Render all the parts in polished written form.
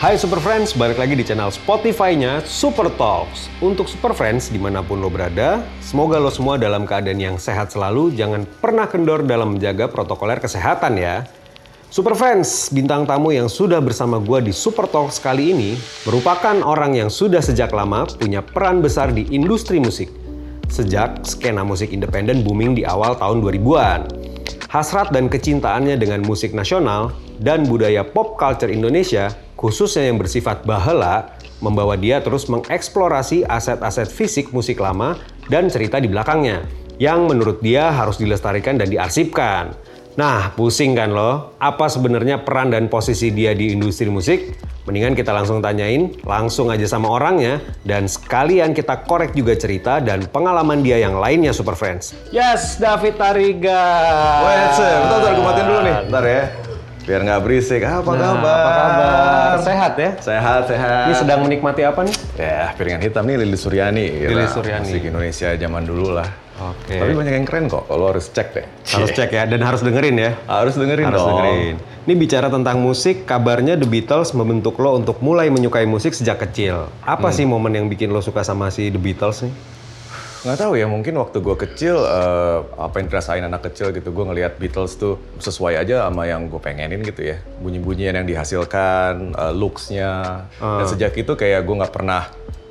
Hai Super Friends, balik lagi di channel Spotify-nya Super Talks. Untuk Super Friends, dimanapun lo berada, semoga lo semua dalam keadaan yang sehat selalu, jangan pernah kendor dalam menjaga protokoler kesehatan ya. Super Friends, bintang tamu yang sudah bersama gue di Super Talks kali ini merupakan orang yang sudah sejak lama punya peran besar di industri musik. Sejak skena musik independen booming di awal tahun 2000-an. Hasrat dan kecintaannya dengan musik nasional dan budaya pop culture Indonesia, khususnya yang bersifat baheula, membawa dia terus mengeksplorasi aset-aset fisik musik lama dan cerita di belakangnya, yang menurut dia harus dilestarikan dan diarsipkan. Nah, pusing kan lo? Apa sebenarnya peran dan posisi dia di industri musik? Mendingan kita langsung tanyain, langsung aja sama orangnya, dan sekalian kita korek juga cerita dan pengalaman dia yang lainnya, Super Friends. Yes, David Tariga. Wes, bentar gue matiin dulu nih, bentar ya. Biar nggak berisik. Apa kabar? Apa kabar? Sehat ya? Sehat. Ini sedang menikmati apa nih? Ya, piringan hitam nih Lilis Suryani. Lilis Suryani. Musik Indonesia zaman dulu lah. Oke. Tapi banyak yang keren kok, lo harus cek deh. Harus cek ya, dan harus dengerin ya. Harus dengerin dong. Ini bicara tentang musik, kabarnya The Beatles membentuk lo untuk mulai menyukai musik sejak kecil. Apa sih momen yang bikin lo suka sama si The Beatles nih? Nggak tahu ya, mungkin waktu gue kecil, apa yang dirasain anak kecil gitu, gue ngelihat Beatles tuh sesuai aja sama yang gue pengenin gitu ya. Bunyi-bunyian yang dihasilkan, looks-nya. Dan sejak itu kayak gue nggak pernah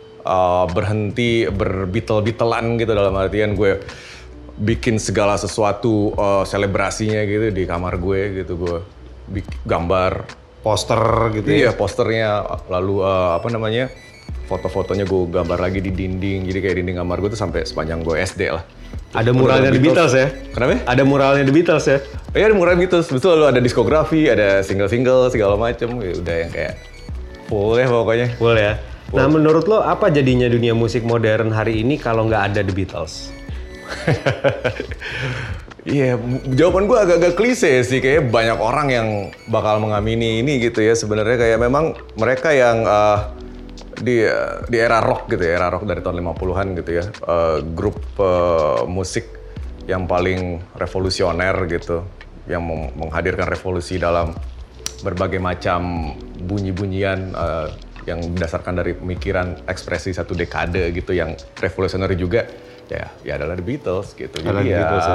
berhenti berbeatle-beatlean gitu, dalam artian gue bikin segala sesuatu selebrasinya gitu di kamar gue gitu, gue gambar Poster gitu ya? Iya, posternya, lalu foto-fotonya gue gambar lagi di dinding, jadi kayak dinding kamar gue tuh sampai sepanjang gue SD lah. Ada muralnya The Beatles ya? Kenapa? Ada muralnya The Beatles ya? Iya, ada mural Beatles, betul, lalu ada diskografi, ada single-single segala macem, ya udah yang kayak full ya pokoknya. Full ya? Nah, menurut lo apa jadinya dunia musik modern hari ini kalau nggak ada The Beatles? Iya, jawaban gue agak-agak klise sih, kayak banyak orang yang bakal mengamini ini gitu ya. Sebenarnya kayak memang mereka yang di era rock gitu ya, era rock dari tahun 50-an gitu ya, grup musik yang paling revolusioner gitu, yang menghadirkan revolusi dalam berbagai macam bunyi-bunyian yang didasarkan dari pemikiran ekspresi satu dekade gitu, yang revolusioner juga ya adalah The Beatles gitu. Jadi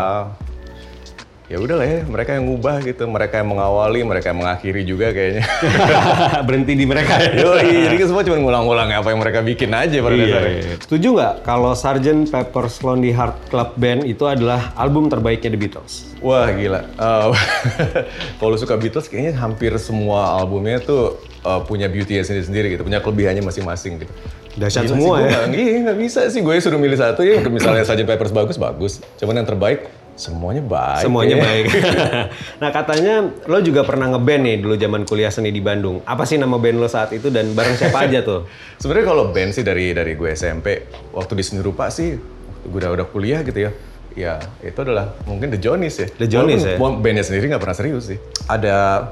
ya udah lah ya, mereka yang ngubah gitu, mereka yang mengawali, mereka yang mengakhiri juga kayaknya. Berhenti di mereka ya? Yoi, jadi kan semua cuma ngulang-ngulang apa yang mereka bikin aja pada dasarnya. Setuju nggak kalau Sgt. Pepper's Lonely Hearts Club Band itu adalah album terbaiknya The Beatles? Wah gila, kalau suka Beatles kayaknya hampir semua albumnya tuh punya beauty-nya sendiri-sendiri gitu, punya kelebihannya masing-masing gitu. Dahsyat semua ya? Iya, nggak bisa sih gue suruh milih satu ya, misalnya Sgt. Pepper's bagus, cuman yang terbaik semuanya baik. Semuanya baik. Nah, katanya lo juga pernah ngeband nih dulu zaman kuliah seni di Bandung. Apa sih nama band lo saat itu dan bareng siapa aja tuh? Sebenarnya kalau band sih dari gue SMP, waktu di Seni Rupa sih, gue udah kuliah gitu ya. Ya, itu adalah mungkin The Johnnies ya. The Johnnies ya? Bandnya sendiri nggak pernah serius sih. Ada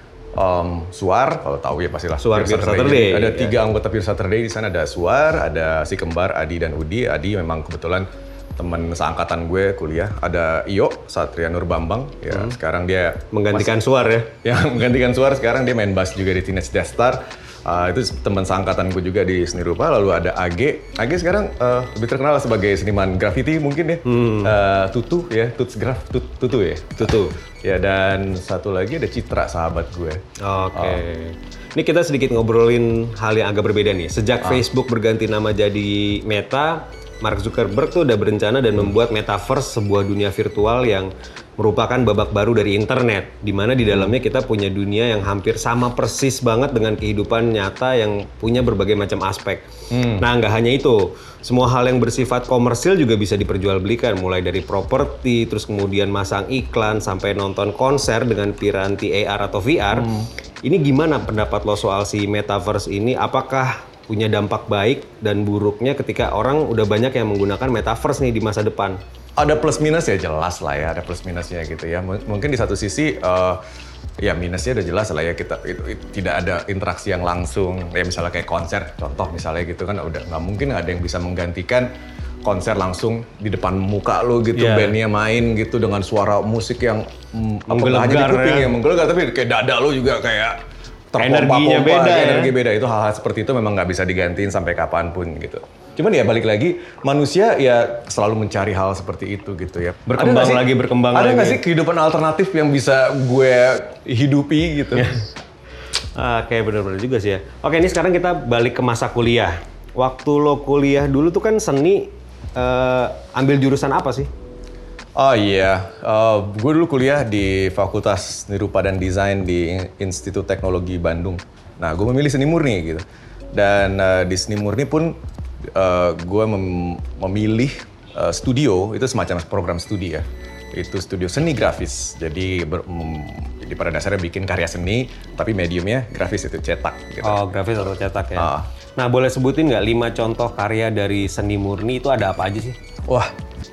Suar, kalau tahu ya pastilah. Suar Pure Saturday. Ada 3 anggota Pure Saturday di sana. Ada Suar, ada si kembar Adi dan Udi. Adi memang kebetulan teman seangkatan gue kuliah. Ada Iyo, Satria Nur Bambang. Ya, sekarang dia menggantikan Suar ya? Yang menggantikan Suar, sekarang dia main bass juga di Teenage Death Star. Itu teman seangkatan gue juga di Seni Rupa. Lalu ada Age sekarang lebih terkenal sebagai seniman graffiti mungkin ya. Tutu ya, Tutu ya. Tutu. Ya, dan satu lagi ada Citra, sahabat gue. Oke. Ini kita sedikit ngobrolin hal yang agak berbeda nih. Sejak Facebook berganti nama jadi Meta, Mark Zuckerberg tuh udah berencana dan membuat Metaverse, sebuah dunia virtual yang merupakan babak baru dari internet, di mana di dalamnya kita punya dunia yang hampir sama persis banget dengan kehidupan nyata yang punya berbagai macam aspek. Nah, nggak hanya itu, semua hal yang bersifat komersil juga bisa diperjualbelikan, mulai dari properti, terus kemudian masang iklan, sampai nonton konser dengan piranti AR atau VR. Ini gimana pendapat lo soal si Metaverse ini? Apakah punya dampak baik dan buruknya ketika orang udah banyak yang menggunakan Metaverse nih di masa depan? Ada plus minus ya, jelas lah ya, ada plus minusnya gitu ya. Mungkin di satu sisi ya minusnya udah jelas lah ya, kita itu tidak ada interaksi yang langsung. Ya misalnya kayak konser, contoh misalnya gitu kan, udah nggak mungkin ada yang bisa menggantikan konser langsung di depan muka lo gitu, bandnya main gitu dengan suara musik yang menggelegar di kuping ya, menggelegar, tapi kayak dada lo juga kayak Energinya beda ya. Energi beda, itu hal-hal seperti itu memang nggak bisa digantiin sampai kapanpun gitu. Cuman ya balik lagi, manusia ya selalu mencari hal seperti itu gitu ya. Berkembang lagi. Ada nggak sih kehidupan alternatif yang bisa gue hidupi gitu? Oke, bener-bener juga sih ya. Oke, ini sekarang kita balik ke masa kuliah. Waktu lo kuliah dulu tuh kan seni, ambil jurusan apa sih? Oh iya, gue dulu kuliah di Fakultas Seni Rupa dan Desain di Institut Teknologi Bandung. Nah, gue memilih seni murni gitu. Dan di seni murni pun gue memilih studio, itu semacam program studi ya. Itu studio seni grafis. Jadi pada dasarnya bikin karya seni, tapi mediumnya grafis, itu cetak gitu. Oh, grafis atau cetak ya. Nah, boleh sebutin nggak 5 contoh karya dari seni murni itu ada apa aja sih? Wah,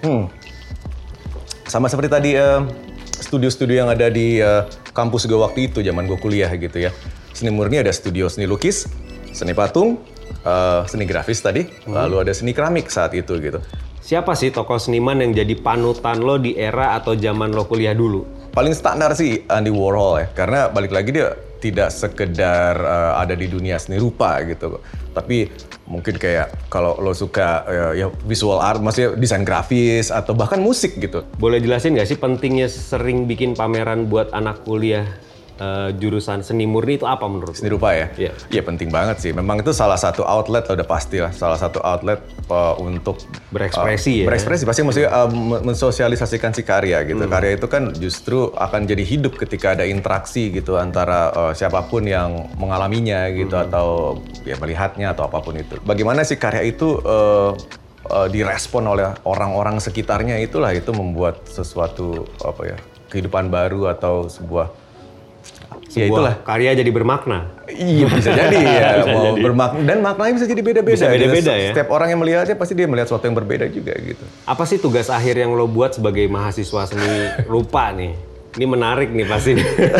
sama seperti tadi studio-studio yang ada di kampus gue waktu itu, zaman gue kuliah gitu ya. Seni murni ada studio seni lukis, seni patung, seni grafis tadi, lalu ada seni keramik saat itu gitu. Siapa sih tokoh seniman yang jadi panutan lo di era atau zaman lo kuliah dulu? Paling standar sih Andy Warhol ya, karena balik lagi dia tidak sekedar ada di dunia seni rupa gitu, tapi mungkin kayak kalau lo suka ya visual art, maksudnya desain grafis atau bahkan musik gitu. Boleh jelasin nggak sih pentingnya sering bikin pameran buat anak kuliah jurusan seni murni itu apa menurut Seni rupa ya? Iya. Iya penting banget sih. Memang itu salah satu outlet, udah pasti lah. Salah satu outlet untuk berekspresi ya? Berekspresi, pasti maksudnya mensosialisasikan si karya gitu. Karya itu kan justru akan jadi hidup ketika ada interaksi gitu antara siapapun yang mengalaminya gitu atau ya melihatnya atau apapun itu. Bagaimana sih karya itu direspon oleh orang-orang sekitarnya, itu membuat sesuatu kehidupan baru atau sebuah ya itulah karya jadi bermakna. Iya bisa jadi ya. Dan maknanya bisa jadi beda-beda. Bisa beda-beda ya. Setiap orang yang melihatnya pasti dia melihat sesuatu yang berbeda juga gitu. Apa sih tugas akhir yang lo buat sebagai mahasiswa seni rupa nih? Ini menarik nih pasti.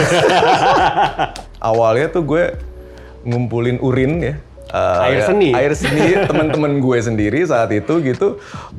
Awalnya tuh gue ngumpulin urin ya. Air seni teman-teman gue sendiri saat itu gitu.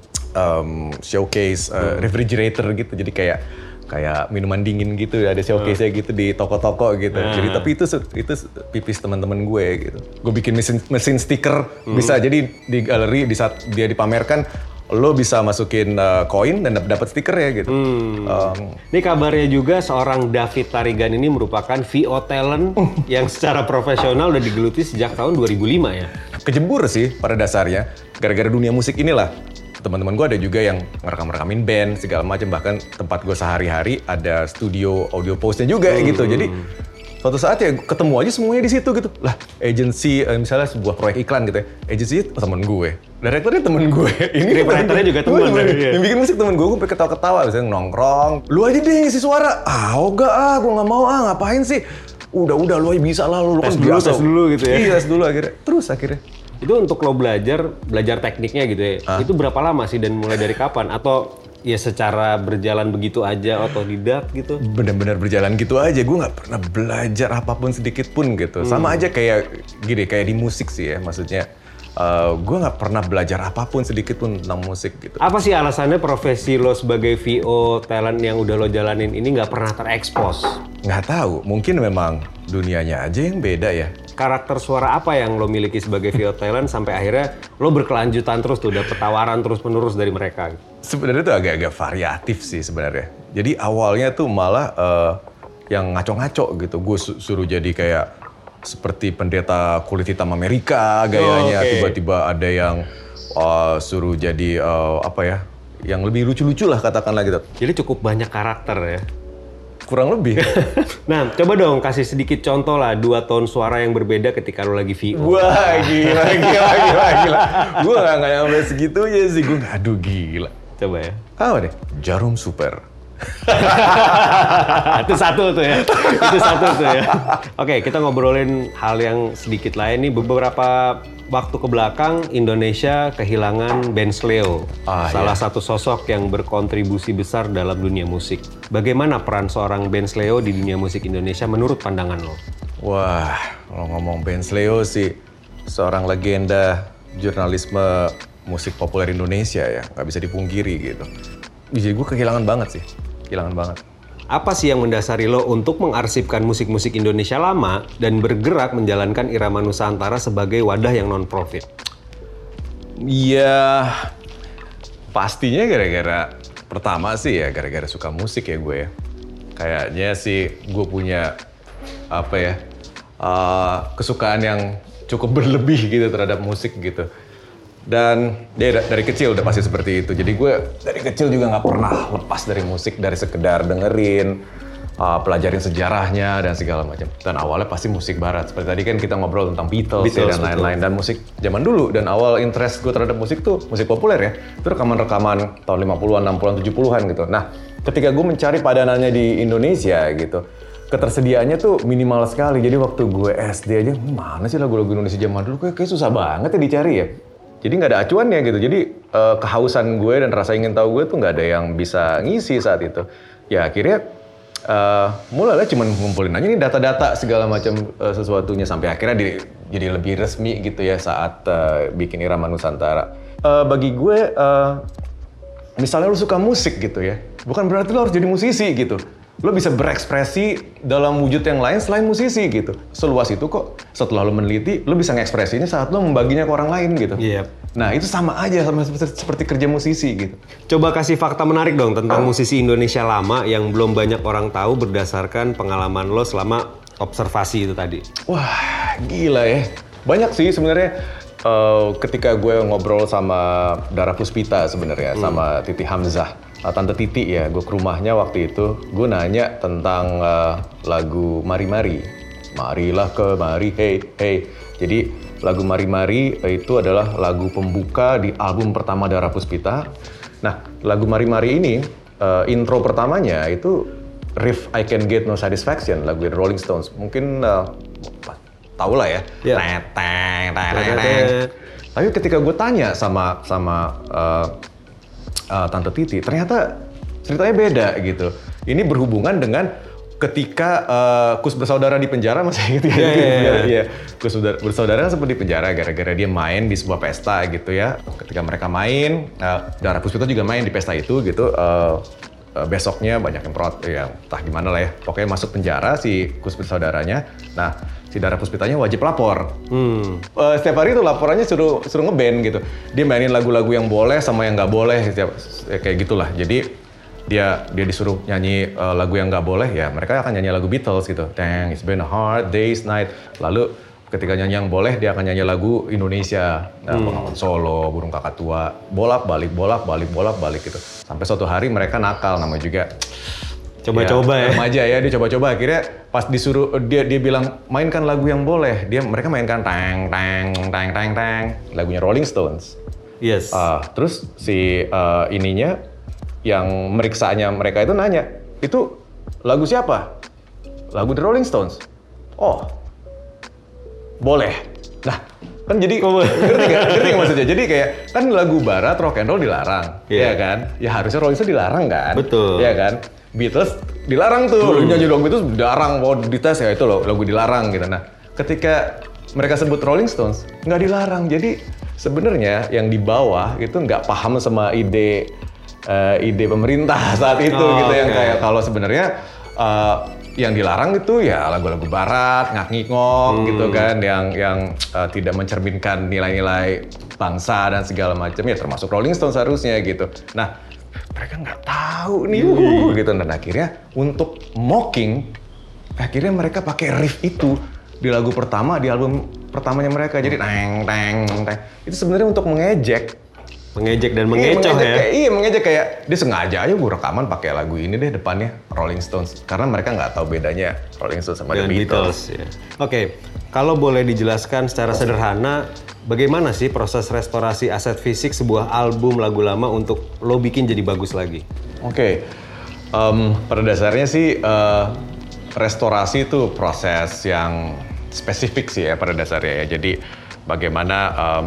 Showcase refrigerator gitu. Jadi kayak minuman dingin gitu, ada showcase-nya gitu di toko-toko gitu. Jadi tapi itu pipis teman-teman gue gitu. Gue bikin mesin stiker, bisa jadi di galeri di saat dia dipamerkan lo bisa masukin koin dan dapat stiker ya gitu. Ini kabarnya juga seorang David Tarigan ini merupakan VO talent yang secara profesional udah digeluti sejak tahun 2005 ya. Kejebur sih pada dasarnya, gara-gara dunia musik inilah. Teman-teman gue ada juga yang ngerekam-rekamin band segala macam, bahkan tempat gue sehari-hari ada studio audio post-nya juga gitu. Jadi suatu saat ya ketemu aja semuanya di situ gitu. Lah, agency misalnya sebuah proyek iklan gitu ya. Agency teman gue, direkturnya teman gue. Ini kreatornya juga teman. Yang bikin musik teman gue ketawa-ketawa misalnya nongkrong. Lu aja deh ngisi suara. Enggak gue nggak mau ngapain sih? Udah lu aja bisa lah lu kan biasa. Tes dulu gitu ya. Iya, tes dulu akhirnya. Terus akhirnya itu untuk lo belajar tekniknya gitu ya. Itu berapa lama sih dan mulai dari kapan? Atau ya secara berjalan begitu aja otodidak gitu? Bener-bener berjalan gitu aja. Gue nggak pernah belajar apapun sedikit pun gitu. Sama aja kayak di musik sih ya. Maksudnya gue nggak pernah belajar apapun sedikit pun tentang musik gitu. Apa sih alasannya profesi lo sebagai VO talent yang udah lo jalanin ini nggak pernah terekspos? Nggak tahu. Mungkin memang dunianya aja yang beda ya. Karakter suara apa yang lo miliki sebagai VO talent sampai akhirnya lo berkelanjutan terus tuh, dapet tawaran terus-menerus dari mereka? Sebenarnya tuh agak-agak variatif sih sebenarnya. Jadi awalnya tuh malah yang ngaco-ngaco gitu. Gue suruh jadi kayak seperti pendeta kulit hitam Amerika gayanya. Tiba-tiba ada yang suruh jadi yang lebih lucu-lucu lah katakanlah gitu. Jadi cukup banyak karakter ya? Kurang lebih. Nah, coba dong kasih sedikit contoh lah 2 tone suara yang berbeda ketika lo lagi VO. Wah, gila. Gue nggak nyampe segitunya sih. Gue aduh gila. Coba ya. Apa deh? Jarum super. Itu satu tuh ya. Oke, kita ngobrolin hal yang sedikit lain nih. Beberapa waktu ke belakang Indonesia kehilangan Ben Sleo, salah satu sosok yang berkontribusi besar dalam dunia musik. Bagaimana peran seorang Ben Sleo di dunia musik Indonesia menurut pandangan lo? Wah, kalau ngomong Ben Sleo sih seorang legenda jurnalisme musik populer Indonesia ya, nggak bisa dipungkiri gitu. Jadi gue kehilangan banget sih, kehilangan banget. Apa sih yang mendasari lo untuk mengarsipkan musik-musik Indonesia lama dan bergerak menjalankan Irama Nusantara sebagai wadah yang non-profit? Ya, pastinya gara-gara pertama sih ya gara-gara suka musik ya gue. Kayaknya sih gue punya apa ya kesukaan yang cukup berlebih gitu terhadap musik gitu. Dan dia dari kecil udah pasti seperti itu. Jadi gue dari kecil juga nggak pernah lepas dari musik, dari sekedar dengerin, pelajarin sejarahnya dan segala macam. Dan awalnya pasti musik barat. Seperti tadi kan kita ngobrol tentang Beatles ya, dan lain-lain. Dan musik zaman dulu. Dan awal interest gue terhadap musik tuh musik populer ya. Itu rekaman-rekaman tahun 50-an, 60-an, 70-an gitu. Nah, ketika gue mencari padanannya di Indonesia gitu, ketersediaannya tuh minimal sekali. Jadi waktu gue SD aja, mana sih lagu-lagu Indonesia zaman dulu? Kayak susah banget ya dicari ya. Jadi nggak ada acuannya gitu. Jadi kehausan gue dan rasa ingin tahu gue tuh nggak ada yang bisa ngisi saat itu. Ya akhirnya mulailah cuman ngumpulin aja nih data-data segala macam sesuatunya sampai akhirnya jadi lebih resmi gitu ya saat bikin Irama Nusantara. Bagi gue, misalnya lu suka musik gitu ya, bukan berarti lu harus jadi musisi gitu. Lo bisa berekspresi dalam wujud yang lain selain musisi gitu. Seluas itu kok setelah lo meneliti, lo bisa ngekspresinya saat lo membaginya ke orang lain gitu. Yep. Nah itu sama aja sama seperti kerja musisi gitu. Coba kasih fakta menarik dong tentang musisi Indonesia lama yang belum banyak orang tahu berdasarkan pengalaman lo selama observasi itu tadi. Wah gila ya. Banyak sih sebenarnya. Ketika gue ngobrol sama Dara Puspita sebenarnya, sama Titi Hamzah, Tante Titi ya, gue ke rumahnya waktu itu, gue nanya tentang lagu Mari Mari. Marilah kemari, hey, hey. Jadi lagu Mari Mari itu adalah lagu pembuka di album pertama Dara Puspita. Nah, lagu Mari Mari ini, intro pertamanya itu riff I Can Get No Satisfaction, lagu Rolling Stones. Mungkin tahu lah ya. Yeah. Tapi ketika gue tanya sama Tante Titi, ternyata ceritanya beda gitu. Ini berhubungan dengan ketika Kus Bersaudara di penjara, masih ingat ya? Iya. Kus Bersaudara sempat di penjara gara-gara dia main di sebuah pesta gitu ya. Ketika mereka main, Dara Puspita juga main di pesta itu gitu. Besoknya banyak yang ya entah gimana lah ya. Pokoknya masuk penjara si Kus Bersaudaranya. Nah, si Dara Puspitanya wajib lapor. Setiap hari itu laporannya suruh ngeband gitu. Dia mainin lagu-lagu yang boleh sama yang nggak boleh, kayak gitulah. Jadi dia disuruh nyanyi lagu yang nggak boleh, ya mereka akan nyanyi lagu Beatles gitu. Dang, it's been a hard day's night. Lalu ketika nyanyi yang boleh, dia akan nyanyi lagu Indonesia. Bengawan Solo, Burung Kakatua, bolak-balik gitu. Sampai suatu hari mereka nakal, namanya juga coba-coba ya. Remaja ya, dia coba-coba. Akhirnya pas disuruh, dia bilang mainkan lagu yang boleh. Mereka mainkan tang, lagunya Rolling Stones. Yes. Terus si ininya, yang meriksanya mereka itu nanya, itu lagu siapa? Lagu The Rolling Stones. Oh, boleh. Nah, kan jadi ngerti nggak maksudnya? Jadi kayak kan lagu barat rock and roll dilarang, ya kan? Ya harusnya Rolling Stones dilarang kan? Betul. Ya kan? Beatles dilarang tuh, nyanyi lagu Beatles dilarang, mau dites ya itu loh lagu dilarang gitu. Nah, ketika mereka sebut Rolling Stones nggak dilarang, jadi sebenarnya yang di bawah itu nggak paham sama ide pemerintah saat itu gitu, yang kayak kalau sebenarnya yang dilarang itu ya lagu-lagu barat, ngak-ngikok gitu kan, yang tidak mencerminkan nilai-nilai bangsa dan segala macam ya, termasuk Rolling Stones harusnya gitu. Nah, mereka nggak tahu nih gitu, dan akhirnya untuk mocking, akhirnya mereka pakai riff itu di lagu pertama, di album pertamanya mereka. Jadi teng. Itu sebenarnya untuk mengejek dan mengecoh ya. Mengejek kayak dia sengaja aja gue rekaman pakai lagu ini deh depannya Rolling Stones, karena mereka nggak tahu bedanya Rolling Stones sama The Beatles. Ya. Oke, kalau boleh dijelaskan secara sederhana, bagaimana sih proses restorasi aset fisik sebuah album lagu lama untuk lo bikin jadi bagus lagi? Oke. Pada dasarnya sih restorasi itu proses yang spesifik sih ya pada dasarnya ya. Jadi bagaimana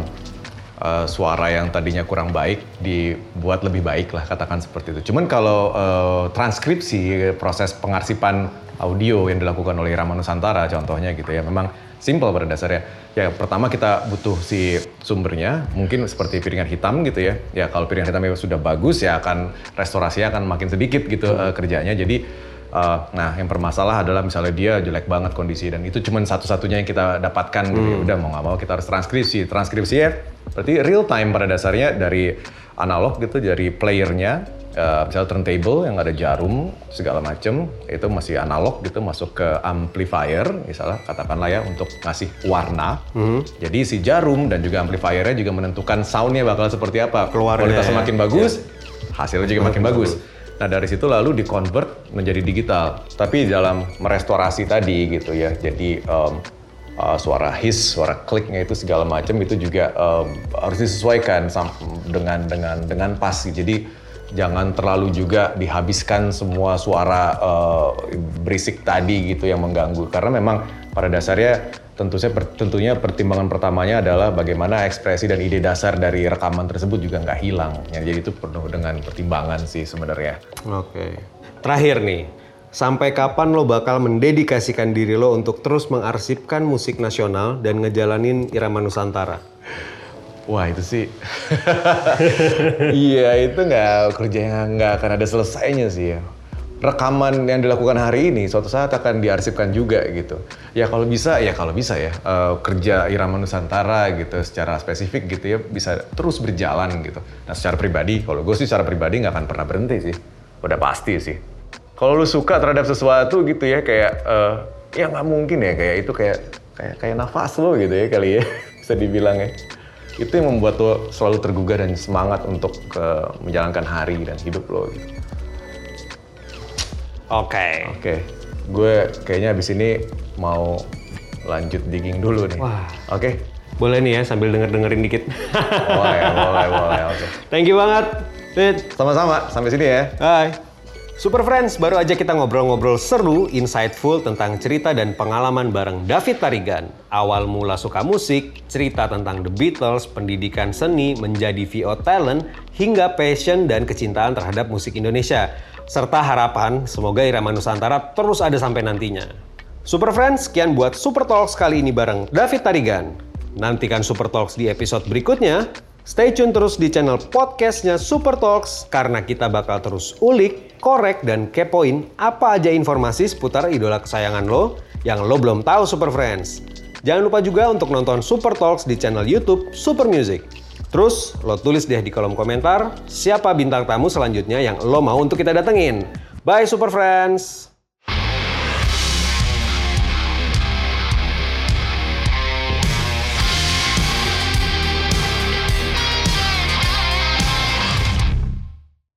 suara yang tadinya kurang baik dibuat lebih baik lah, katakan seperti itu. Cuman kalau transkripsi, proses pengarsipan audio yang dilakukan oleh Irama Nusantara contohnya gitu ya, memang simple pada dasarnya. Ya pertama kita butuh si sumbernya, mungkin seperti piringan hitam gitu ya. Ya kalau piringan hitamnya sudah bagus ya akan restorasinya akan makin sedikit gitu kerjanya. Jadi Nah, yang bermasalah adalah misalnya dia jelek banget kondisi dan itu cuma satu-satunya yang kita dapatkan gitu ya. Udah mau nggak mau kita harus transkripsi. Transkripsinya berarti real time pada dasarnya dari analog gitu, dari playernya, misalnya turntable yang ada jarum segala macem itu masih analog gitu masuk ke amplifier misalnya katakanlah ya untuk ngasih warna. Jadi si jarum dan juga amplifiernya juga menentukan soundnya bakal seperti apa. Keluarnya kualitasnya makin bagus, hasilnya juga makin bagus. Nah dari situ lalu di-convert menjadi digital. Tapi dalam merestorasi tadi gitu ya, jadi suara hiss, suara kliknya itu segala macam itu juga harus disesuaikan dengan pas. Jadi jangan terlalu juga dihabiskan semua suara berisik tadi gitu yang mengganggu. Karena memang pada dasarnya tentunya pertimbangan pertamanya adalah bagaimana ekspresi dan ide dasar dari rekaman tersebut juga nggak hilang. Ya, jadi itu penuh dengan pertimbangan sih sebenarnya. Oke. Terakhir nih, sampai kapan lo bakal mendedikasikan diri lo untuk terus mengarsipkan musik nasional dan ngejalanin irama Nusantara? Wah itu sih, iya itu kerjanya nggak akan ada selesainya sih ya. Rekaman yang dilakukan hari ini suatu saat akan diarsipkan juga gitu. Ya kalau bisa ya kerja irama Nusantara gitu secara spesifik gitu ya bisa terus berjalan gitu. Nah secara pribadi, kalau gue sih secara pribadi nggak akan pernah berhenti sih, udah pasti sih. Kalau lu suka terhadap sesuatu gitu ya kayak ya nggak mungkin ya kayak itu kayak nafas lo gitu ya kali ya bisa dibilang ya. Itu yang membuat lo selalu tergugah dan semangat untuk menjalankan hari dan hidup lo gitu. Oke. Gue kayaknya abis ini mau lanjut digging dulu nih. Wah. Oke. Boleh nih ya sambil dengerin dikit. Boleh. Oke. Thank you banget, Fit. Sama-sama, sampai sini ya. Bye. Super Friends, baru aja kita ngobrol-ngobrol seru, insightful tentang cerita dan pengalaman bareng David Tarigan. Awal mula suka musik, cerita tentang The Beatles, pendidikan seni, menjadi VO talent, hingga passion dan kecintaan terhadap musik Indonesia. Serta harapan semoga irama Nusantara terus ada sampai nantinya. Super Friends, sekian buat Super Talks kali ini bareng David Tarigan. Nantikan Super Talks di episode berikutnya. Stay tune terus di channel podcastnya Super Talks karena kita bakal terus ulik, korek, dan kepoin apa aja informasi seputar idola kesayangan lo yang lo belum tahu Super Friends. Jangan lupa juga untuk nonton Super Talks di channel YouTube Super Music. Terus lo tulis deh di kolom komentar siapa bintang tamu selanjutnya yang lo mau untuk kita datengin. Bye Super Friends!